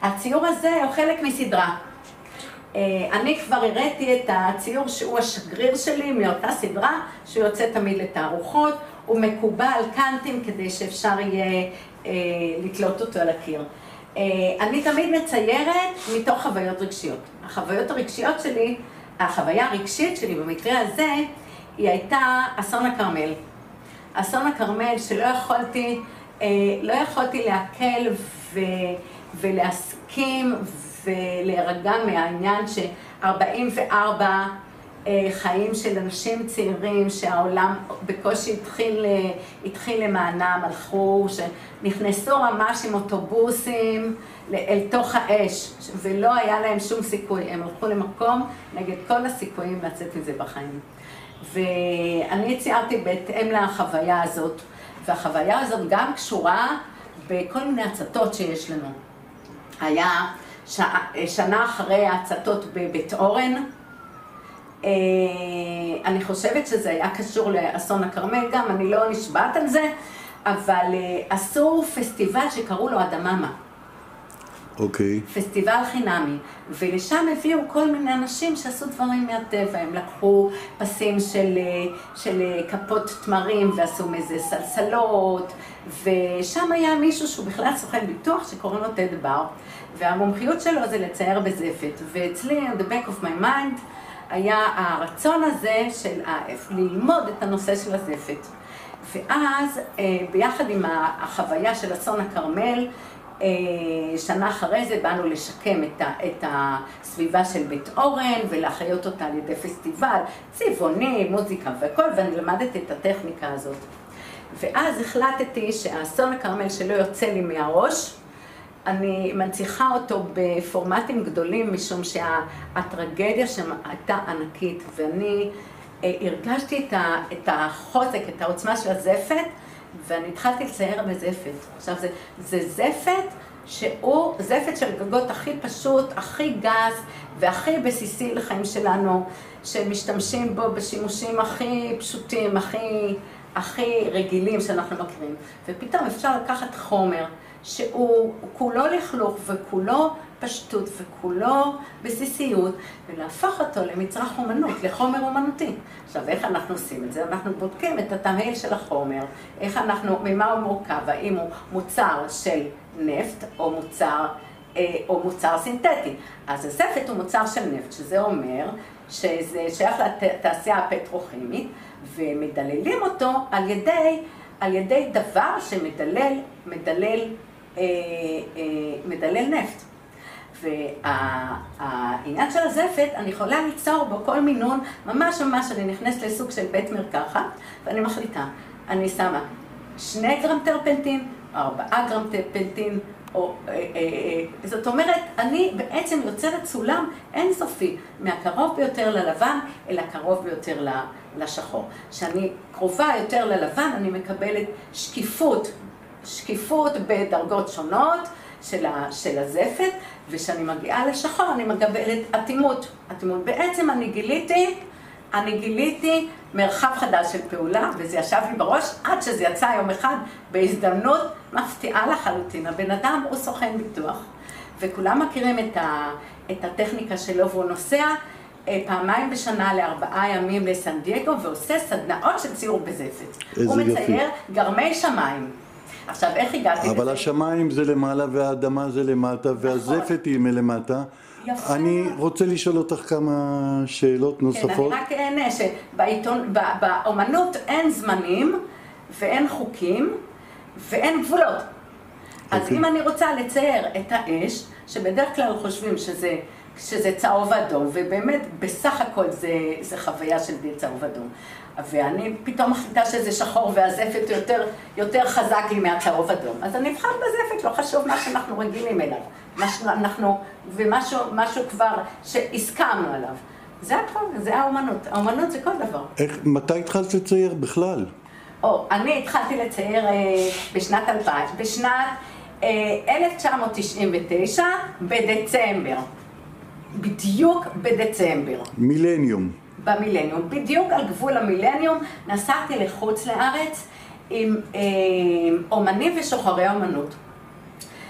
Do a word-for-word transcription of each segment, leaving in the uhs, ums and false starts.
הציור הזה הוא חלק מסדרה. אני כבר הראיתי את הציור שהוא השגריר שלי מאותה סדרה, שהוא יוצא תמיד לתערוכות, הוא מקובע על קנטים כדי שאפשר יהיה לתלות אותו על הקיר. אני תמיד מציירת מתוך חוויות רגשיות. החוויות הרגשיות שלי, החוויה הרגשית שלי במקרה הזה, היא הייתה אסון הכרמל. אסון הכרמל שלא יכולתי, לא יכולתי להקל ו, ולהסכים ולהירגע מהעניין ש-ארבעים וארבע חיים של אנשים צעירים שהעולם בקושי התחיל, התחיל למענם, הלכו, שנכנסו ממש עם אוטובוסים אל תוך האש, ולא היה להם שום סיכוי. הם הלכו למקום נגד כל הסיכויים לצאת מזה בחיים. ואני ציירתי בהתאם לחוויה הזאת, והחוויה הזאת גם קשורה בכל מיני הצתות שיש לנו. היה ש... שנה אחרי ההצתות בבית אורן, אני חושבת שזה היה קשור לאסון הכרמל גם, אני לא נשבעת על זה, אבל עשו פסטיבל שקראו לו אדממה. אוקיי. Okay. פסטיבל חינמי, ולשם הביאו כל מיני אנשים שעשו דברים מהטבע, הם לקחו פסים של, של כפות תמרים ועשו מזה סלסלות, ושם היה מישהו שהוא בכלל סוכן ביטוח שקוראים לו טד בר, והמומחיות שלו זה לצייר בזפת, ואצלי, in the back of my mind, היה הרצון הזה של ללמוד את הנושא של הזפת. ואז ביחד עם החוויה של אסון הכרמל, שנה אחרי זה באנו לשקם את, ה, את הסביבה של בית אורן ולהחיות אותה על ידי פסטיבל, צבעוני, מוזיקה וכל, ואני למדתי את הטכניקה הזאת. ואז החלטתי שהאסון הכרמל שלא יוצא לי מהראש, אני מנציחה אותו בפורמטים גדולים, משום שהטרגדיה שם הייתה ענקית, ואני הרגשתי את, ה, את החוזק, את העוצמה של הזפת, ואני התחלתי לצייר בזפת. עכשיו, זה, זה זפת שהוא זפת של גגות הכי פשוט, הכי גס והכי בסיסי לחיים שלנו, שמשתמשים בו בשימושים הכי פשוטים, הכי, הכי רגילים שאנחנו מכירים. ופתאום אפשר לקחת חומר שהוא כולו לכלוך וכולו פשטות וכולו בסיסיות, ולהפוך אותו למצרך אומנות, לחומר אומנותי. עכשיו, איך אנחנו עושים את זה? אנחנו בודקים את התמהיל של החומר, איך אנחנו, ממה הוא מורכב, האם הוא מוצר של נפט או מוצר, או מוצר סינתטי. אז הזפת הוא מוצר של נפט, שזה אומר שזה שייך לתעשייה הפטרוכימית, ומדללים אותו על ידי, על ידי דבר שמדלל, מדלל, אה, אה, מדלל נפט. והעניין של הזפת, אני יכולה ליצור בו כל מינון, ממש ממש אני נכנסת לסוג של בית מרקחת, ואני מחליטה, אני שמה שני גרם טרפנטין, ארבעה גרם טרפנטין, או, אה, אה, אה, זאת אומרת, אני בעצם יוצרת סולם אינסופי, מהקרוב ביותר ללבן, אל הקרוב ביותר לשחור. כשאני קרובה יותר ללבן, אני מקבלת שקיפות, שקיפות בדרגות שונות, של, ה, של הזפת, ושאני מגיעה לשחור, אני מקבלת אטימות. אטימות. בעצם אני גיליתי, אני גיליתי מרחב חדש של פעולה, וזה ישב לי בראש עד שזה יצא יום אחד בהזדמנות מפתיעה לחלוטין. הבן אדם הוא סוכן ביטוח, וכולם מכירים את, ה, את הטכניקה שלו, והוא נוסע פעמיים בשנה לארבעה ימים לסן דייגו, ועושה סדנאות של ציור בזפת. הוא מצייר יפי. גרמי שמיים. עכשיו, איך הגעתי לזה? אבל השמיים זה למעלה והאדמה זה למטה, והזפת היא מלמטה. יפה. אני רוצה לשאול אותך כמה שאלות נוספות. כן, אני רק אענה שבעיתון, באומנות אין זמנים ואין חוקים ואין גבולות. אז אם אני רוצה לצייר את האש, שבדרך כלל חושבים שזה, שזה צהוב אדום, ובאמת בסך הכל זה, זה חוויה של צהוב אדום. ואני פתאום מחליטה שזה שחור והזפת יותר, יותר חזק לי מהצהוב אדום. אז אני אבחר בזפת, לא חשוב מה שאנחנו רגילים אליו. מה שאנחנו, ומשהו משהו כבר שהסכמנו עליו. זה הכל, זה האומנות. האומנות זה כל דבר. איך, מתי התחלת לצייר בכלל? או, אני התחלתי לצייר אה, בשנת אלפיים, בשנת אה, אלף תשע מאות תשעים ותשע, בדצמבר. בדיוק בדצמבר. מילניום. במילניום, בדיוק על גבול המילניום, נסעתי לחוץ לארץ עם אה, אומנים ושוחרי אומנות.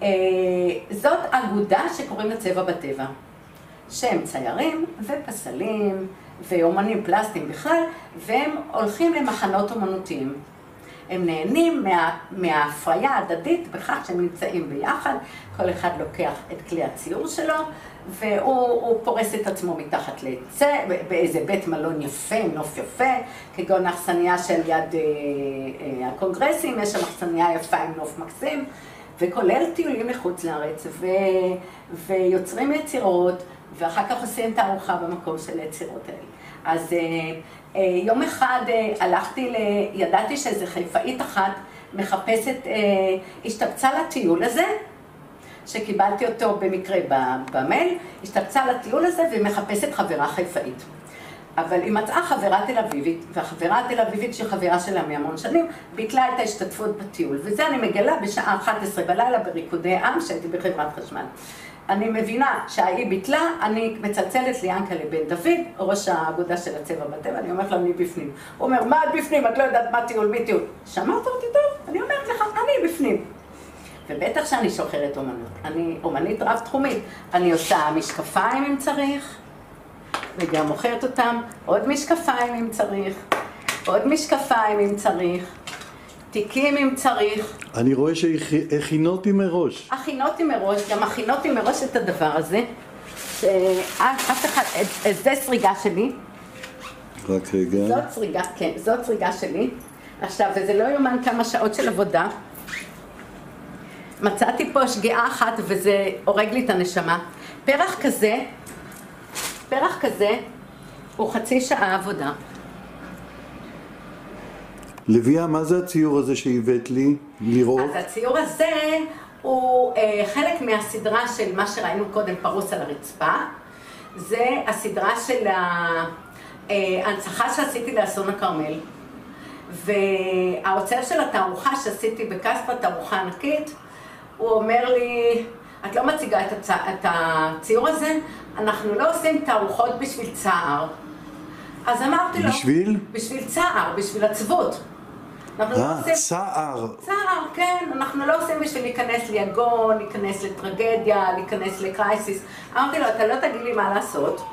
זאת אגודה שקוראים לה צבע בטבע, שהם ציירים ופסלים ואומנים פלסטיים בכלל, והם הולכים למחנות אומנותיים. הם נהנים מה, מההפריה ההדדית בכך שהם נמצאים ביחד, כל אחד לוקח את כלי הציור שלו, והוא פורס את עצמו מתחת לעצה, באיזה בית מלון יפה, נוף יפה, כגון האכסניה של יד אה, הקונגרסים, יש שם אכסניה יפה עם נוף מקסים, וכולל טיולים לחוץ לארץ, ו, ויוצרים יצירות, ואחר כך עושים תערוכה במקום של היצירות האלה. אז אה, אה, יום אחד אה, הלכתי, ל... ידעתי שאיזו חיפאית אחת מחפשת, אה, השתבצה לטיול הזה, שקיבלתי אותו במקרה במייל, השתבצה לטיול הזה ומחפשת חברה חיפאית. אבל היא מצאה חברה תל אביבית, והחברה התל אביבית שחברה שלה מהמון שנים, ביטלה את ההשתתפות בטיול. וזה אני מגלה בשעה אחת עשרה בלילה בריקודי עם שהייתי בחברת חשמל. אני מבינה שהיא ביטלה, אני מצלצלת ליענקלה בן דוד, ראש האגודה של הצבע בטבע, אני אומרת לה, אני בפנים. הוא אומר, מה את בפנים? את לא יודעת מה טיול, מי טיול? שמעת אותי טוב? אני אומרת לך, אני בפנים. ובטח שאני שוחרת אומנות. אני אומנית רב-תחומית. אני עושה משקפיים אם צריך, וגם מוכרת אותם, עוד משקפיים אם צריך, עוד משקפיים אם צריך. תיקים אם צריך. אני רואה שהכינותי מראש. הכינותי מראש, גם הכינותי מראש את הדבר הזה. אף אחד, זה סריגה שלי. רק רגע. זאת סריגה, כן, זאת סריגה שלי. עכשיו, וזה לא יומן כמה שעות של עבודה. מצאתי פה שגיאה אחת וזה הורג לי את הנשמה. פרח כזה, פרח כזה הוא חצי שעה עבודה. לביאה, מה זה הציור הזה שהבאת לי לראות? אז הציור הזה הוא אה, חלק מהסדרה של מה שראינו קודם פרוס על הרצפה. זה הסדרה של ההנצחה שעשיתי לאסון הכרמל. והאוצר של התערוכה שעשיתי בקספא, תערוכה ענקית, הוא אומר לי, את לא מציגה את, הצ... את הציור הזה? אנחנו לא עושים תערוכות בשביל צער. אז אמרתי לו, בשביל? בשביל צער, בשביל עצבות. אה, צער. צער, כן. אנחנו לא עושים בשביל להיכנס ליגון, להיכנס לטרגדיה, להיכנס לקרייסיס. אמרתי לו, אתה לא תגיד לי מה לעשות.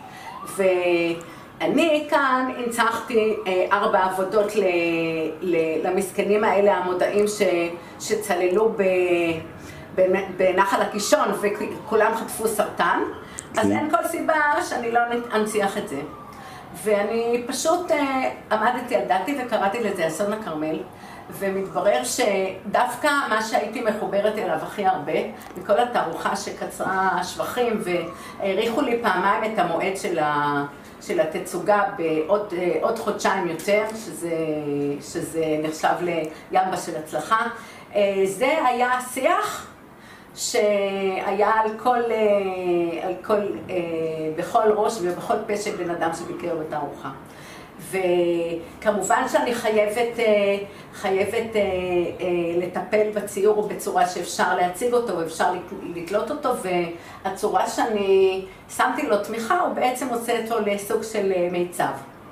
ואני כאן הנצחתי ארבע עבודות ל... ל... למסכנים האלה, המודעים ש... שצללו ב... בנחל הקישון וכולם חטפו סרטן. אז אין כל סיבה שאני לא אנציח את זה. ואני פשוט עמדתי על דעתי וקראתי לזה אסון הכרמל, ומתברר שדווקא מה שהייתי מחוברת אליו הכי הרבה, מכל התערוכה שקצרה שבחים והאריכו לי פעמיים את המועד של, ה, של התצוגה בעוד עוד חודשיים יותר, שזה, שזה נחשב לימבה של הצלחה, זה היה שיח שהיה על כל, על כל, בכל ראש ובכל פה של בן אדם שביקר בתערוכה. וכמובן שאני חייבת, חייבת לטפל בציור בצורה שאפשר להציג אותו ואפשר לתלות אותו, והצורה שאני שמתי לו תמיכה הוא בעצם עושה אותו לסוג של מיצב.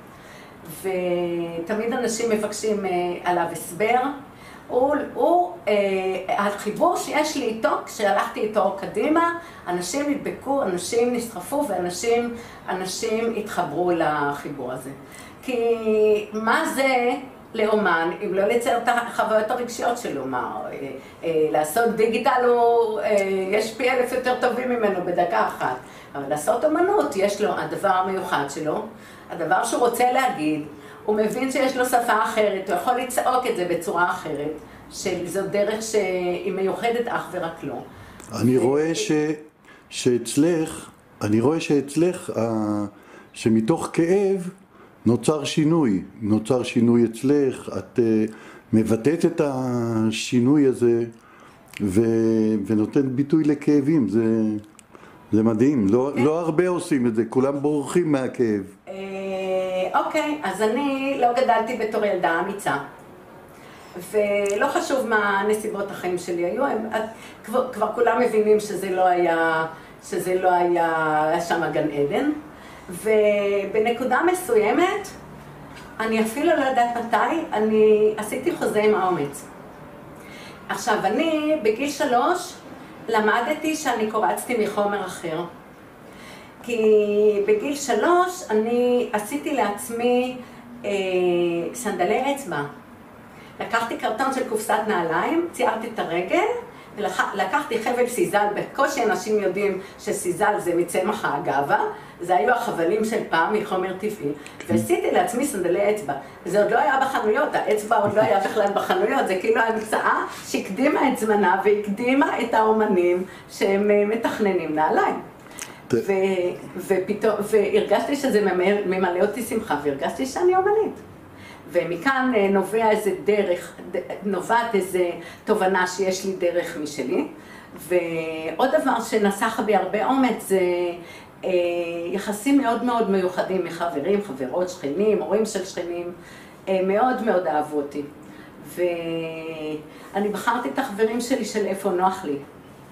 ותמיד אנשים מבקשים עליו הסבר. הוא, הוא אה, החיבור שיש לי איתו, כשהלכתי איתו קדימה, אנשים נדבקו, אנשים נסחפו ואנשים אנשים התחברו לחיבור הזה. כי מה זה לאומן, אם לא לצייר את החוויות הרגשיות שלו, מה, אה, אה, לעשות דיגיטל הוא, אה, יש פי אלף יותר טובים ממנו בדקה אחת, אבל לעשות אומנות יש לו הדבר המיוחד שלו, הדבר שהוא רוצה להגיד, הוא מבין שיש לו שפה אחרת, הוא יכול לצעוק את זה בצורה אחרת, שזו דרך שהיא מיוחדת אך ורק לו. אני רואה ש... שאצלך, אני רואה שאצלך, שמתוך כאב נוצר שינוי, נוצר שינוי אצלך, את מבטאת את השינוי הזה ו... ונותנת ביטוי לכאבים, זה, זה מדהים, לא, לא הרבה עושים את זה, כולם בורחים מהכאב. אוקיי, אז אני לא גדלתי בתור ילדה אמיצה, ולא חשוב מה נסיבות החיים שלי היו, הם, כבר, כבר כולם מבינים שזה לא היה, שזה לא היה שם גן עדן, ובנקודה מסוימת, אני אפילו לא יודעת מתי, אני עשיתי חוזה עם האומץ. עכשיו, אני בגיל שלוש למדתי שאני קורצתי מחומר אחר. כי בגיל שלוש אני עשיתי לעצמי אה, סנדלי אצבע. לקחתי קרטון של קופסת נעליים, ציירתי את הרגל, ולקחתי חבל סיזל, בקושי אנשים יודעים שסיזל זה מצמח האגבה, זה היו החבלים של פעם מחומר טבעי, ועשיתי לעצמי סנדלי אצבע. זה עוד לא היה בחנויות, האצבע עוד לא היה בכלל בחנויות, זה כאילו המצאה שהקדימה את זמנה והקדימה את האומנים שהם מתכננים נעליים. והרגשתי שזה ממלא אותי שמחה, והרגשתי שאני אומנית. ומכאן נובע איזה דרך, נובעת איזה תובנה שיש לי דרך משלי. ועוד דבר שנסח בי הרבה אומץ זה יחסים מאוד מאוד מיוחדים מחברים, חברות, שכנים, הורים של שכנים, מאוד מאוד אהבו אותי. ואני בחרתי את החברים שלי של איפה נוח לי.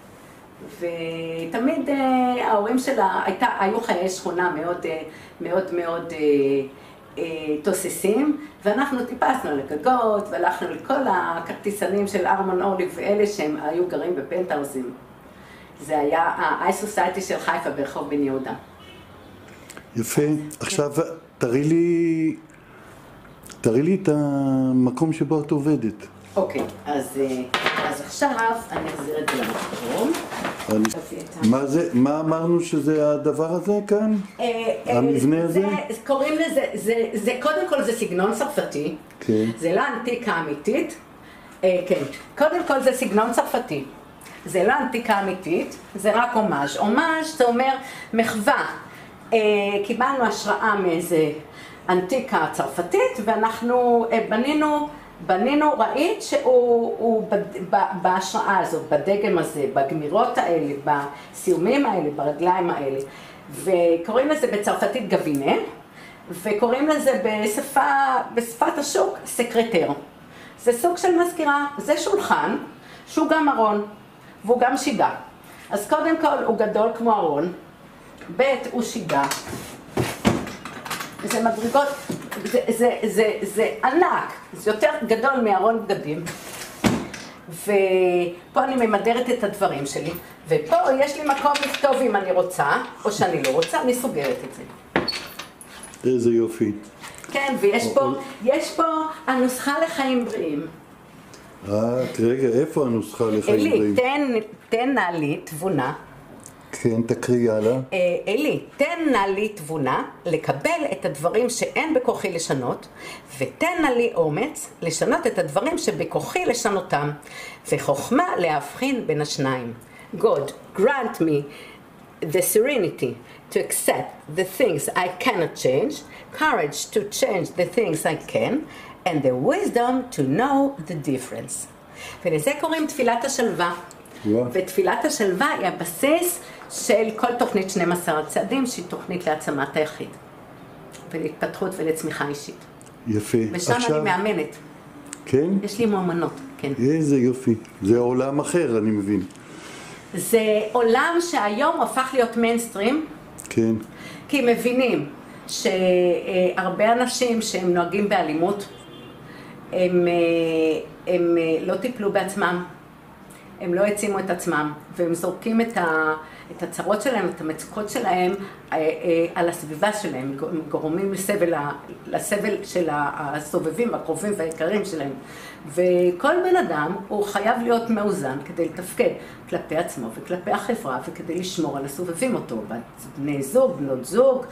ותמיד ההורים שלה, הייתה, היו חיי שכונה מאוד מאוד מאוד תוססים, ואנחנו טיפסנו לגגות, והלכנו לכל הכרטיסנים של ארמון אורלי ואלה שהם היו גרים בפנטהאוזים. זה היה ה-I Society של חיפה ברחוב בן יהודה. יפה. עכשיו תראי לי, תראי לי את המקום שבו את עובדת. אוקיי, אז, אז עכשיו אני אחזיר את זה למקום. מה זה, מה אמרנו שזה הדבר הזה כאן? המבנה הזה? קוראים לזה, זה, זה, קודם כל זה סגנון צרפתי. כן. זה לא אנטיקה אמיתית. כן, קודם כל זה סגנון צרפתי. זה לא אנטיקה אמיתית, זה רק אומאז'. אומאז' זה אומר מחווה. קיבלנו השראה מאיזה אנטיקה צרפתית, ואנחנו בנינו... בנינו, ראית שהוא הוא בהשראה הזאת, בדגם הזה, בגמירות האלה, בסיומים האלה, ברגליים האלה. וקוראים לזה בצרפתית גבינה, וקוראים לזה בשפה, בשפת השוק סקרטר. זה סוג של מזכירה, זה שולחן, שהוא גם ארון, והוא גם שידה. אז קודם כל הוא גדול כמו ארון, ב' הוא שידה. זה מדרגות, זה, זה, זה, זה ענק, זה יותר גדול מארון בגדים. ופה אני ממדרת את הדברים שלי, ופה יש לי מקום לכתוב אם אני רוצה, או שאני לא רוצה, אני סוגרת את זה. איזה יופי. כן, ויש פה, יש פה הנוסחה לחיים בריאים. אה, רגע, איפה הנוסחה לחיים אלי, בריאים? תן, תן נא לי תבונה. כן, תקריא הלאה. אלי, תן נא לי תבונה לקבל את הדברים שאין בכוחי לשנות, ותן נא לי אומץ לשנות את הדברים שבכוחי לשנותם, וחוכמה להבחין בין השניים. God, grant me the serenity to accept the things I cannot change, courage to change the things I can, and the wisdom to know the difference. ולזה קוראים תפילת השלווה. ותפילת השלווה היא הבסיס של כל תוכנית שנים עשר הצעדים, שהיא תוכנית להעצמת היחיד, ולהתפתחות ולצמיחה אישית. יפה. ושם עכשיו... אני מאמנת. כן? יש לי מאמנות, כן. איזה יופי. זה עולם אחר, אני מבין. זה עולם שהיום הפך להיות מיינסטרים. כן. כי מבינים שהרבה אנשים שהם נוהגים באלימות, הם, הם לא טיפלו בעצמם. הם לא הצימו את עצמם, והם זורקים את, ה, את הצרות שלהם, את המצוקות שלהם על הסביבה שלהם, הם גורמים לסבל, לסבל של הסובבים, הקרובים והיקרים שלהם. וכל בן אדם הוא חייב להיות מאוזן כדי לתפקד כלפי עצמו וכלפי החברה, וכדי לשמור על הסובבים אותו, בני זוג, בנות זוג,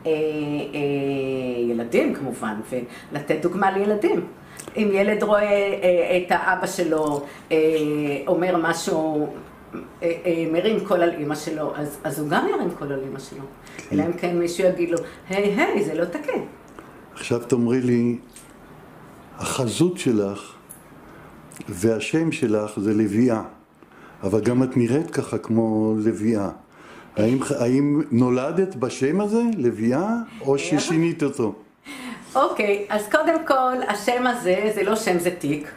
ילדים כמובן, ולתת דוגמה לילדים. אם ילד רואה את האבא שלו אומר משהו, מרים קול על אמא שלו, אז, אז הוא גם ירים קול על אמא שלו. אלא אם כן מישהו יגיד לו, היי, היי, זה לא תקן. עכשיו תאמרי לי, החזות שלך והשם שלך זה לביאה, אבל גם את נראית ככה כמו לביאה. האם, האם נולדת בשם הזה, לביאה, או ששינית אותו? אוקיי, אז קודם כל, השם הזה, זה לא שם, זה תיק.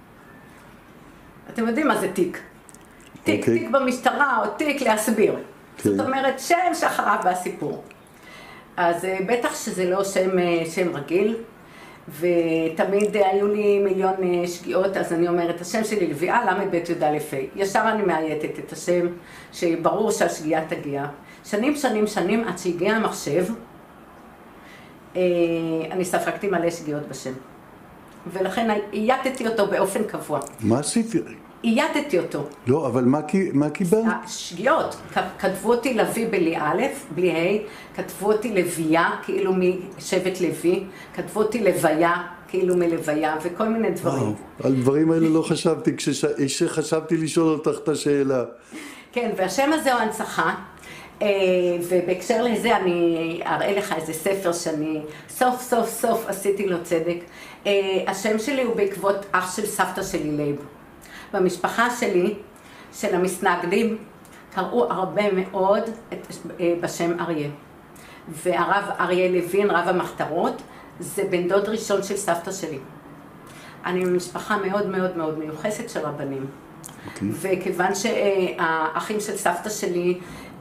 אתם יודעים מה זה תיק? תיק, okay. תיק במשטרה, או תיק להסביר. Okay. זאת אומרת, שם שאחריו בא סיפור. אז בטח שזה לא שם, שם רגיל. ותמיד היו לי מיליון שגיאות, אז אני אומרת, השם שלי לביאה, למה בית יהודה לפי. ישר אני מאייתת את השם, שברור שהשגיאה תגיע. שנים, שנים, שנים, עד שהגיע המחשב, אני ספקתי מלא שגיאות בשם. ולכן אייתתי אותו באופן קבוע. מה עשיתי? אייתתי אותו. לא, אבל מה, מה קיבלת? שגיאות. כתבו אותי לוי בלי א', בלי ה', כתבו אותי לוויה, כאילו משבט לוי, כתבו אותי לוויה, כאילו מלוויה, וכל מיני דברים. וואו, על דברים האלה לא חשבתי, כשחשבתי לשאול אותך את השאלה. כן, והשם הזה הוא הנצחה. ובהקשר לזה אני אראה לך איזה ספר שאני סוף סוף סוף עשיתי לו צדק. השם שלי הוא בעקבות אח של סבתא שלי לייב. במשפחה שלי, של המסנגדים, קראו הרבה מאוד את, בשם אריה. והרב אריה לוין, רב המחתרות, זה בן דוד ראשון של סבתא שלי. אני ממשפחה מאוד מאוד מאוד מיוחסת של רבנים. Okay. וכיוון שהאחים של סבתא שלי,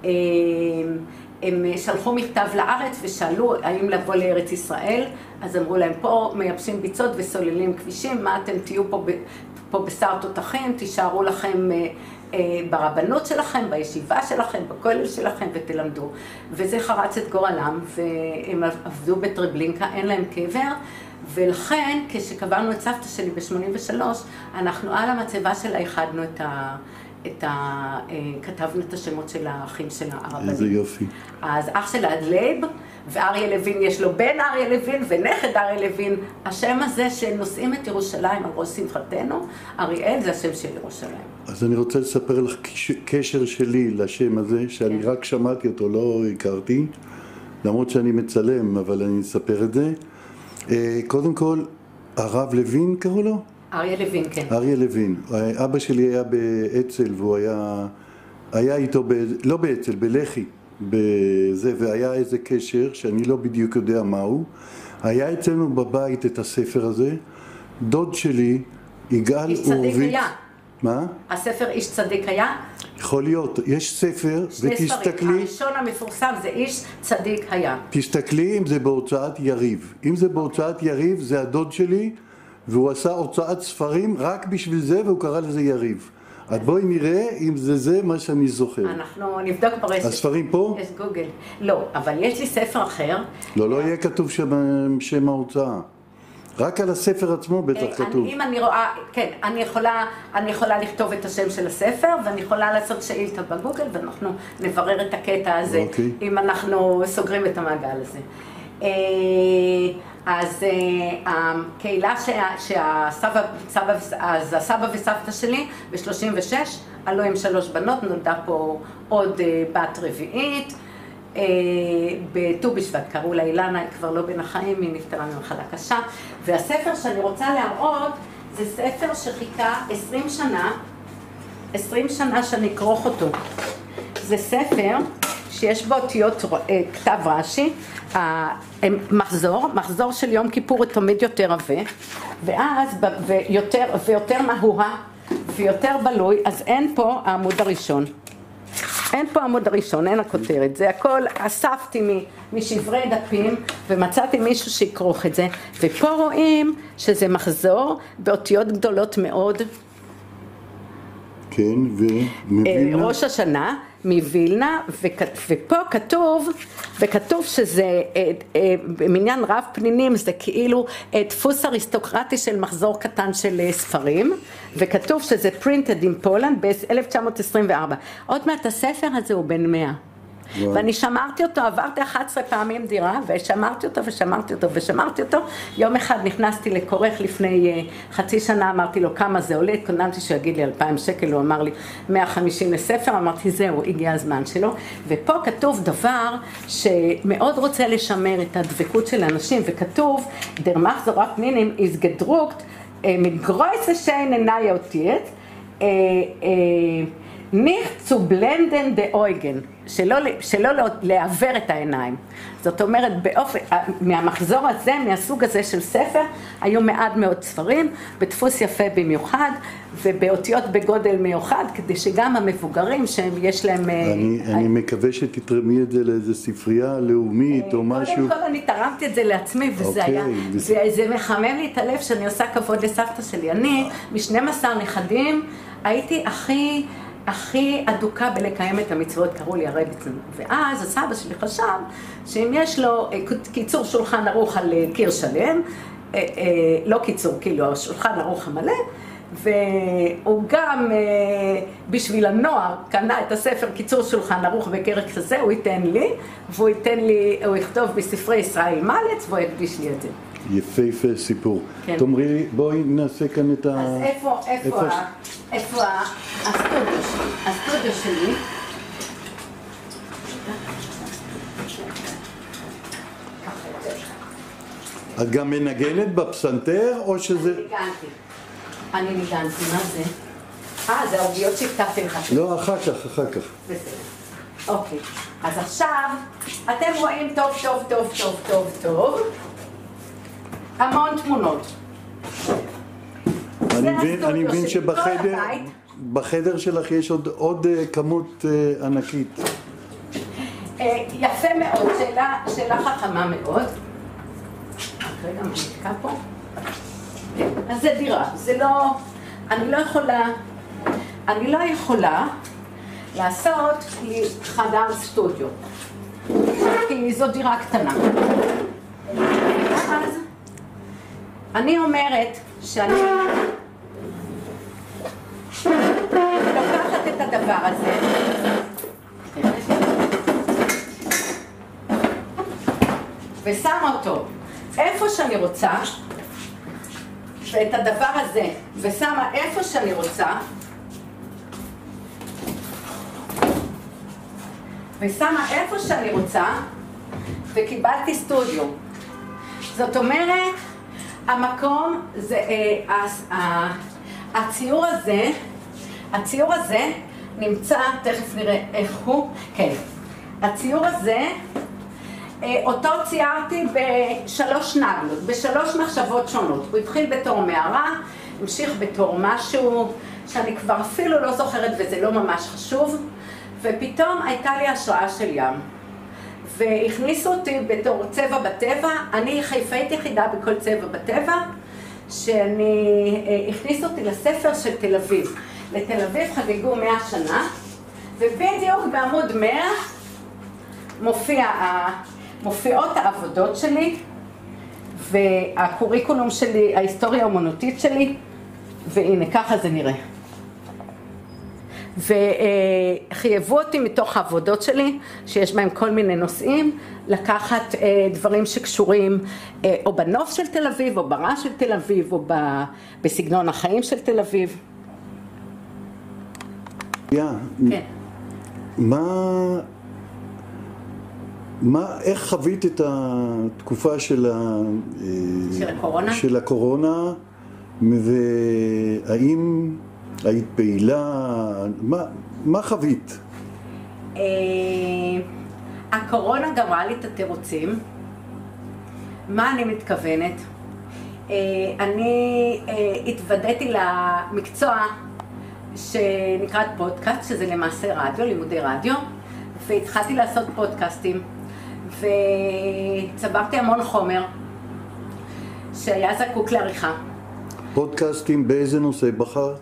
הם שלחו מכתב לארץ ושאלו האם לבוא לארץ ישראל, אז אמרו להם, פה מייבשים ביצות וסוללים כבישים, מה אתם תהיו פה, פה בשר תותחים, תישארו לכם ברבנות שלכם, בישיבה שלכם, בכולל שלכם ותלמדו. וזה חרץ את גורלם, והם עבדו בטרבלינקה, אין להם קבר, ולכן כשקברנו את סבתא שלי ב-שמונים ושלוש, אנחנו על המצבה שלה איחדנו את ה... את ה... כתבנו את השמות של האחים של הרבנים. איזה יופי. אז אח שלה לייב, ואריה לוין יש לו בן אריה לוין ונכד אריה לוין. השם הזה שנושאים את ירושלים על ראש שמחתנו, אריאל זה השם של ירושלים. אז אני רוצה לספר לך קשר שלי לשם הזה, שאני רק שמעתי אותו, לא הכרתי, למרות שאני מצלם, אבל אני אספר את זה. קודם כל, הרב לוין קראו לו? אריה לוין, כן. אריה לוין. אבא שלי היה באצ"ל, והוא היה, היה איתו, ב, לא באצ"ל, בלח"י, בזה, והיה איזה קשר, שאני לא בדיוק יודע מהו. היה אצלנו בבית את הספר הזה. דוד שלי, יגאל איש צדיק הורוביץ. היה. מה? הספר איש צדיק היה? יכול להיות. יש ספר, שני ותסתכלי... ספרים. הראשון המפורסם זה איש צדיק היה. תסתכלי אם זה בהוצאת יריב. אם זה בהוצאת יריב, זה הדוד שלי, והוא עשה הוצאת ספרים רק בשביל זה, והוא קרא לזה יריב. אז בואי נראה אם זה זה מה שאני זוכר. אנחנו נבדוק ברשת. הספרים פה? יש גוגל. לא, אבל יש לי ספר אחר. לא, לא יהיה כתוב שם, שם ההוצאה. רק על הספר עצמו בטח כתוב. אם אני רואה, כן, אני יכולה, אני יכולה לכתוב את השם של הספר, ואני יכולה לעשות שאילתה בגוגל, ואנחנו נברר את הקטע הזה, אוקיי. אם אנחנו סוגרים את המעגל הזה. אז הקהילה שהסבא, סבא, אז הסבא וסבתא שלי ב-שלושים ושש עלו עם שלוש בנות, נולדה פה עוד בת רביעית, בט"ו בשבט, קראו לה אילנה, היא כבר לא בין החיים, היא נפטרה ממחלה קשה, והספר שאני רוצה להראות זה ספר שחיכה עשרים שנה, עשרים שנה שאני אכרוך אותו. זה ספר שיש בו אותיות כתב רש"י, מחזור, מחזור של יום כיפור תמיד יותר עבה, ואז ויותר, ויותר מהוה ויותר בלוי, אז אין פה העמוד הראשון. אין פה עמוד הראשון, אין הכותרת, זה הכל אספתי משברי דפים ומצאתי מישהו שיקרוך את זה, ופה רואים שזה מחזור באותיות גדולות מאוד. כן, ומווילנה? ראש השנה, מווילנה, ופה כתוב, וכתוב שזה במניין רב פנינים, זה כאילו דפוס אריסטוקרטי של מחזור קטן של ספרים, וכתוב שזה printed in Poland ב-אלף תשע מאות עשרים וארבע. עוד מעט הספר הזה הוא בן מאה. וואו. ואני שמרתי אותו, עברתי אחת עשרה פעמים דירה, ושמרתי אותו ושמרתי אותו ושמרתי אותו. יום אחד נכנסתי לכורך לפני uh, חצי שנה, אמרתי לו כמה זה עולה, התכוננתי שהוא יגיד לי אלפיים שקל, הוא אמר לי מאה וחמישים לספר, אמרתי זהו, הגיע הזמן שלו. ופה כתוב דבר שמאוד רוצה לשמר את הדבקות של האנשים, וכתוב, דר מחזור רב פנינים is gedruckt mit größer scheine Neuigkeit, nicht zu blenden de Augen, שלא, שלא לעבר את העיניים. זאת אומרת, באופן, מהמחזור הזה, מהסוג הזה של ספר, היו מעט מאוד ספרים, בדפוס יפה במיוחד, ובאותיות בגודל מיוחד, כדי שגם המבוגרים שיש להם... אני, אני מקווה שתתרמי את זה לאיזו ספרייה לאומית או משהו. קודם כל אני תרמתי את זה לעצמי, וזה היה... זה, זה מחמם לי את הלב שאני עושה כבוד לסבתא שלי. אני, מ-שנים עשר נכדים, הייתי הכי... הכי אדוקה בלקיים את המצוות, קראו לי הרביצן. ואז הסבא שלי חשב שאם יש לו קיצור שולחן ערוך על קיר שלם, לא קיצור, כאילו השולחן ערוך המלא, והוא גם בשביל הנוער קנה את הספר קיצור שולחן ערוך בקרק כזה, הוא ייתן לי, והוא ייתן לי, הוא יכתוב בספרי ישראל מלץ, והוא יקדיש לי את זה. יפהפה סיפור. כן. תאמרי לי, בואי נעשה כאן את ה... אז איפה, איפה, איפה, איפה הסטודיו שלי? הסטודיו שלי. את גם מנגנת בפסנתר או שזה... אני ניגנתי. אני ניגנתי, מה זה? אה, זה העוגיות שהכתבתי לך. לא, אחר כך, אחר כך. בסדר. אוקיי. אז עכשיו, אתם רואים טוב, טוב, טוב, טוב, טוב, טוב. המון תמונות. אני מבין, אני מבין שבחדר, בחדר שלך יש עוד, עוד כמות ענקית. יפה מאוד, שאלה, שאלה חכמה מאוד. רגע, מה נתקע פה? אז זה דירה, זה לא, אני לא יכולה, אני לא יכולה לעשות לי חדר סטודיו, כי זו דירה קטנה. אז אני אומרת שאני לוקחת את הדבר הזה, ושמה אותו איפה שאני רוצה, ואת הדבר הזה, ושמה איפה שאני רוצה, ושמה איפה שאני רוצה, וקיבלתי סטודיו. זאת אומרת, המקום זה, אה, אה, הציור הזה, הציור הזה נמצא, תכף נראה איך הוא, כן, הציור הזה, אה, אותו ציירתי בשלוש נגלות, בשלוש מחשבות שונות. הוא התחיל בתור מערה, המשיך בתור משהו שאני כבר אפילו לא זוכרת וזה לא ממש חשוב, ופתאום הייתה לי השראה של ים. והכניסו אותי בתור צבע בטבע, אני חיפאית יחידה בכל צבע בטבע, שאני, הכניסו אותי לספר של תל אביב. לתל אביב חגגו מאה שנה, ובדיוק בעמוד מאה מופיע, מופיעות העבודות שלי, והקוריקולום שלי, ההיסטוריה האומנותית שלי, והנה ככה זה נראה. וחייבו אותי מתוך העבודות שלי, שיש בהם כל מיני נושאים, לקחת דברים שקשורים או בנוף של תל אביב, או ברעש של תל אביב, או בסגנון החיים של תל אביב. Yeah. כן. מה, מה, איך חווית את התקופה של, ה, של הקורונה? של הקורונה, והאם היית פעילה? מה, מה חווית? הקורונה גמרה לי את התירוצים. מה אני מתכוונת? אני התוודעתי למקצוע שנקראת פודקאסט, שזה למעשה רדיו, לימודי רדיו, והתחלתי לעשות פודקאסטים, וצברתי המון חומר שהיה זקוק לעריכה. פודקאסטים באיזה נושא בחרת?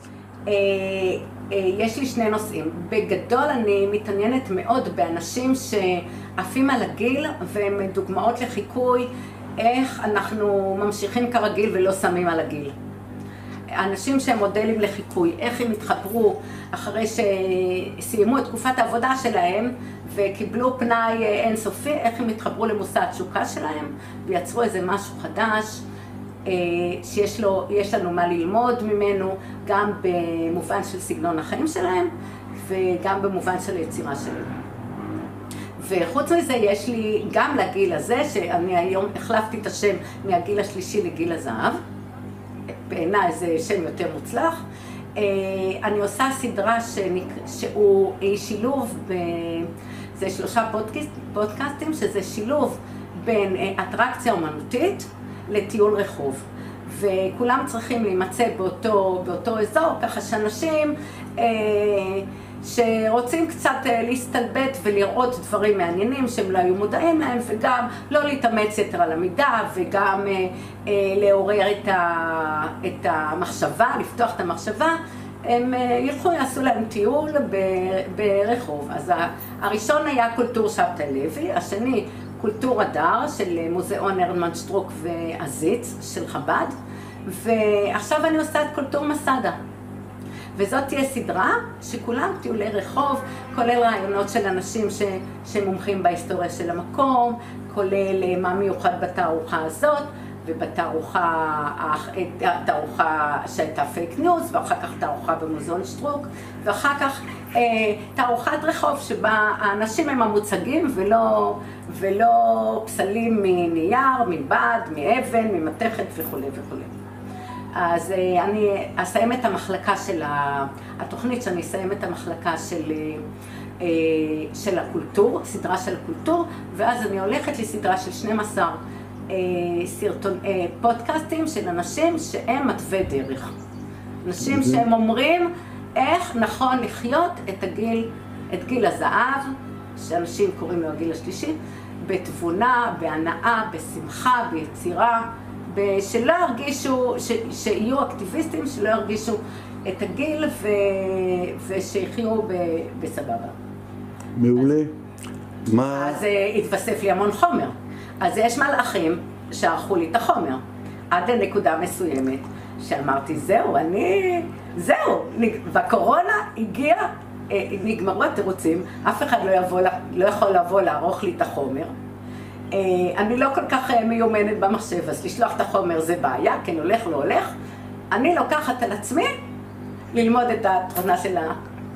יש לי שני נושאים. בגדול אני מתעניינת מאוד באנשים שעפים על הגיל, והם דוגמאות לחיקוי איך אנחנו ממשיכים כרגיל ולא שמים על הגיל. אנשים שהם מודלים לחיקוי, איך הם התחברו אחרי שסיימו את תקופת העבודה שלהם וקיבלו פנאי אינסופי, איך הם התחברו למושא התשוקה שלהם ויצרו איזה משהו חדש שיש לו, יש לנו מה ללמוד ממנו, גם במובן של סגנון החיים שלהם וגם במובן של היצירה שלהם. וחוץ מזה יש לי גם לגיל הזה, שאני היום החלפתי את השם מהגיל השלישי לגיל הזהב, בעיניי זה שם יותר מוצלח, אני עושה סדרה שהוא שילוב, זה שלושה פודקאסטים, שזה שילוב בין אטרקציה אומנותית לטיול רחוב. וכולם צריכים להימצא באותו, באותו אזור, ככה שאנשים אה, שרוצים קצת להסתלבט ולראות דברים מעניינים שהם לא היו מודעים להם, וגם לא להתאמץ יותר על המידע, וגם אה, אה, לעורר את, ה, את המחשבה, לפתוח את המחשבה, הם אה, ילכו, יעשו להם טיול ב, ברחוב. אז הראשון היה קולטור שבתאי לוי, השני קולטור הדר של מוזיאון הרמן שטרוק ועזיץ של חב"ד, ועכשיו אני עושה את קולטור מסדה. וזאת תהיה סדרה שכולם טיולי רחוב, כולל רעיונות של אנשים ש... שמומחים בהיסטוריה של המקום, כולל מה מיוחד בתערוכה הזאת, ובתערוכה תערוכה שהייתה פייק ניוז, ואחר כך תערוכה במוזיאון שטרוק, ואחר כך אה, תערוכת רחוב שבה האנשים הם המוצגים ולא, ולא פסלים מנייר, מבד, מאבן, ממתכת וכו' וכו'. אז אה, אני אסיים את המחלקה של התוכנית, שאני אסיים את המחלקה של, אה, של הקולטור, סדרה של הקולטור, ואז אני הולכת לסדרה של שנים עשר סרטון, פודקאסטים של אנשים שהם מתווי דרך. אנשים שהם אומרים איך נכון לחיות את הגיל, את גיל הזהב, שאנשים קוראים לו הגיל השלישי, בתבונה, בהנאה, בשמחה, ביצירה, שלא ירגישו, ש, שיהיו אקטיביסטים, שלא ירגישו את הגיל ו, ושיחיו ב, בסבבה. מעולה. אז, מה... אז התווסף לי המון חומר. אז יש מלאכים שערכו לי את החומר, עד לנקודה מסוימת, שאמרתי, זהו, אני, זהו, בקורונה הגיע, נגמרו התירוצים, אף אחד לא, יבוא, לא יכול לבוא לערוך לי את החומר. אני לא כל כך מיומנת במחשב, אז לשלוח את החומר זה בעיה, כן הולך, לא הולך. אני לוקחת על עצמי ללמוד את התכונה שלה.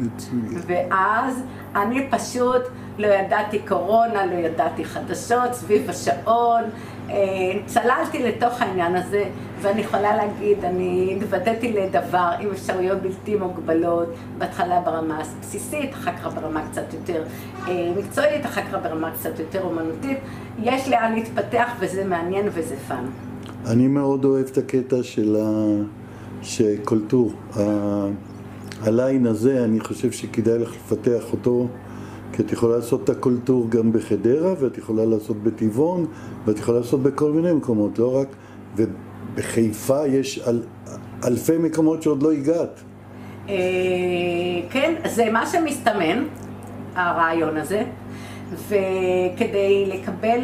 ואז אני פשוט לא ידעתי קורונה, לא ידעתי חדשות, סביב השעון, צללתי לתוך העניין הזה, ואני יכולה להגיד, אני התוודעתי לדבר עם אפשרויות בלתי מוגבלות, בהתחלה ברמה בסיסית, אחר כך ברמה קצת יותר מקצועית, אחר כך ברמה קצת יותר אומנותית. יש לאן להתפתח וזה מעניין וזה פן. אני מאוד אוהב את הקטע של הקולטור. הליין הזה, אני חושב שכדאי לך לפתח אותו, כי את יכולה לעשות את הקולטור גם בחדרה, ואת יכולה לעשות בטבעון, ואת יכולה לעשות בכל מיני מקומות, לא רק, ובחיפה יש אל, אלפי מקומות שעוד לא הגעת. כן, זה מה שמסתמן, הרעיון הזה, וכדי לקבל,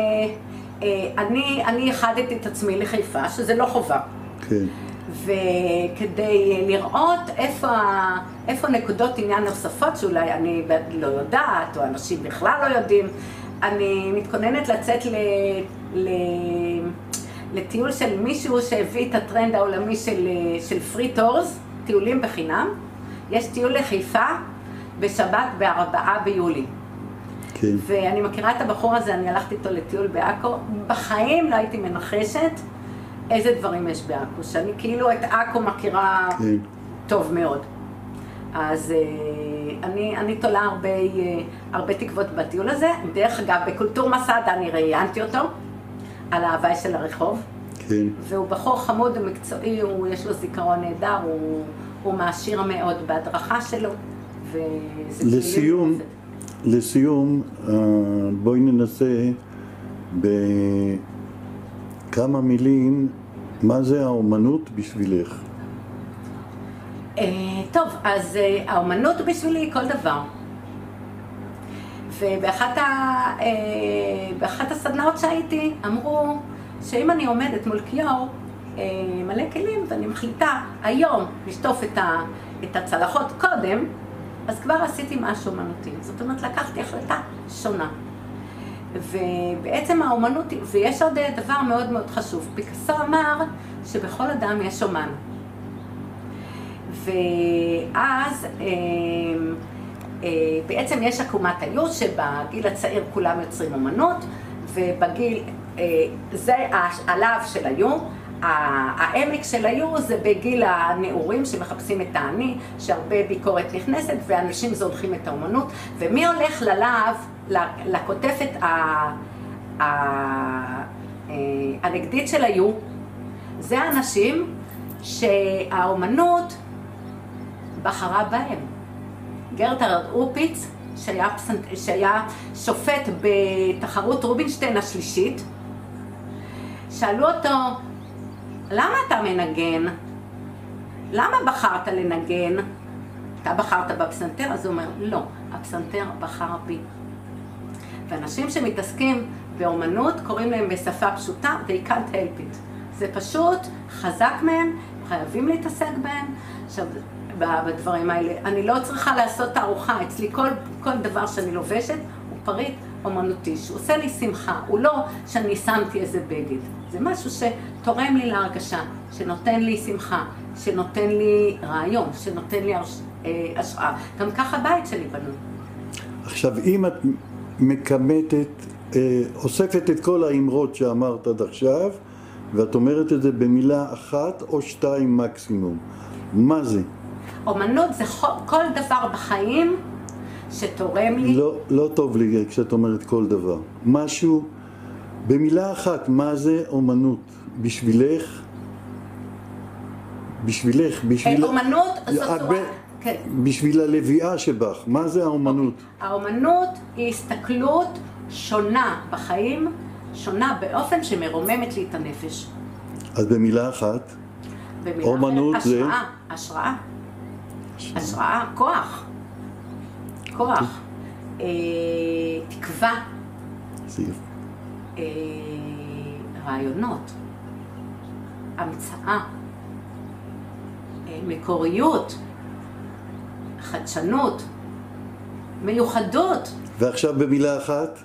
אני, אני החדתי את עצמי לחיפה, שזה לא חובה. כן. וכדי לראות איפה, איפה נקודות עניין נוספות שאולי אני לא יודעת, או אנשים בכלל לא יודעים, אני מתכוננת לצאת ל, ל, לטיול של מישהו שהביא את הטרנד העולמי של, של פרי טורס, טיולים בחינם. יש טיול לחיפה בשבת בארבעה ביולי. כן. ואני מכירה את הבחור הזה, אני הלכתי איתו לטיול בעכו, בחיים לא הייתי מנחשת איזה דברים יש בעכו, שאני כאילו את עכו מכירה כן. טוב מאוד. אז אני, אני תולה הרבה, הרבה תקוות בטיול הזה. דרך אגב, בקולטור מסדה אני ראיינתי אותו על ההוואי של הרחוב. כן. והוא בחור חמוד ומקצועי, הוא, יש לו זיכרון נהדר, הוא, הוא מעשיר מאוד בהדרכה שלו. לסיום, לסיום, בואי ננסה בכמה מילים, מה זה האומנות בשבילך? טוב, אז האומנות בשבילי כל דבר. ובאחת ה... באחת הסדנאות שהייתי, אמרו שאם אני עומדת מול כיור מלא כלים ואני מחליטה היום לשטוף את, ה... את הצלחות קודם, אז כבר עשיתי משהו אומנותי. זאת אומרת, לקחתי החלטה שונה. ובעצם האומנות, ויש עוד דבר מאוד מאוד חשוב. פיקאסו אמר שבכל אדם יש אומן. ואז אה, אה, בעצם יש עקומת האיוש שבגיל הצעיר כולם יוצרים אומנות, ובגיל, אה, זה הלאו של היום, העמק של היו זה בגיל הנעורים שמחפשים את האני, שהרבה ביקורת נכנסת ואנשים זונחים את האומנות, ומי הולך ללהב, לכותפת הנגדית של היו, זה האנשים שהאומנות בחרה בהם. גרטרד אופיץ, שהיה, שהיה שופט בתחרות רובינשטיין השלישית, שאלו אותו, למה אתה מנגן? למה בחרת לנגן? אתה בחרת בפסנתר? אז הוא אומר, לא, הפסנתר בחר בי. ואנשים שמתעסקים באומנות קוראים להם בשפה פשוטה, they can't help it. זה פשוט חזק מהם, חייבים להתעסק בהם. עכשיו, בדברים האלה, אני לא צריכה לעשות תערוכה, אצלי כל, כל דבר שאני לובשת הוא פריט אומנותי, שהוא עושה לי שמחה, הוא לא שאני שמתי איזה בגד. זה משהו שתורם לי להרגשה, שנותן לי שמחה, שנותן לי רעיון, שנותן לי השראה. גם ככה בית שלי בנו. עכשיו, אם את מקמטת, אוספת את כל האמרות שאמרת עד עכשיו, ואת אומרת את זה במילה אחת או שתיים מקסימום, מה זה? אומנות זה כל דבר בחיים שתורם לי. לא, לא טוב לי כשאת אומרת כל דבר. משהו, במילה אחת, מה זה אומנות? בשבילך? בשבילך, בשביל... אומנות זאת צורה... כן. בשביל הלוויה שבך, מה זה האומנות? האומנות היא הסתכלות שונה בחיים, שונה באופן שמרוממת לי את הנפש. אז במילה אחת, במילה אומנות אחת, זה... השראה, השראה. השראה, כוח. כוח. אה, תקווה. זיו. אה, רעיונות. המצאה. אה, מקוריות. חדשנות. מיוחדות. ועכשיו במילה אחת?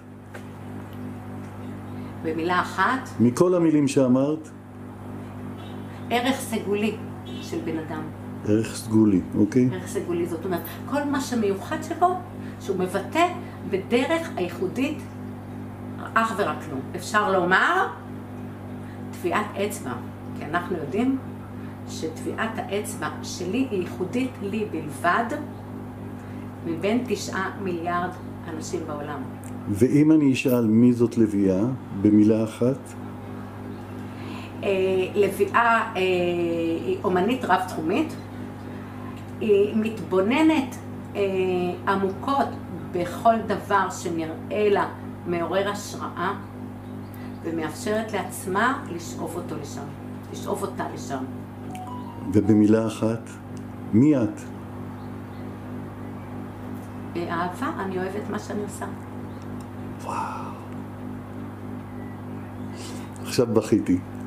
במילה אחת? מכל המילים שאמרת? ערך סגולי של בן אדם. ערך סגולי, אוקיי? ערך סגולי, זאת אומרת, כל מה שמיוחד שבו, שהוא מבטא בדרך הייחודית, אך ורק לא. אפשר לומר, טביעת אצבע, כי אנחנו יודעים שטביעת האצבע שלי היא ייחודית לי בלבד, מבין תשעה מיליארד אנשים בעולם. ואם אני אשאל מי זאת לוויה, במילה אחת? לוויה היא אומנית רב-תחומית, היא מתבוננת עמוקות בכל דבר שנראה לה מעורר השראה, ומאפשרת לעצמה לשאוף אותו לשם, לשאוף אותה לשם. ובמילה אחת, מי את? אהבה, אני אוהבת מה שאני עושה. וואו. עכשיו בכיתי.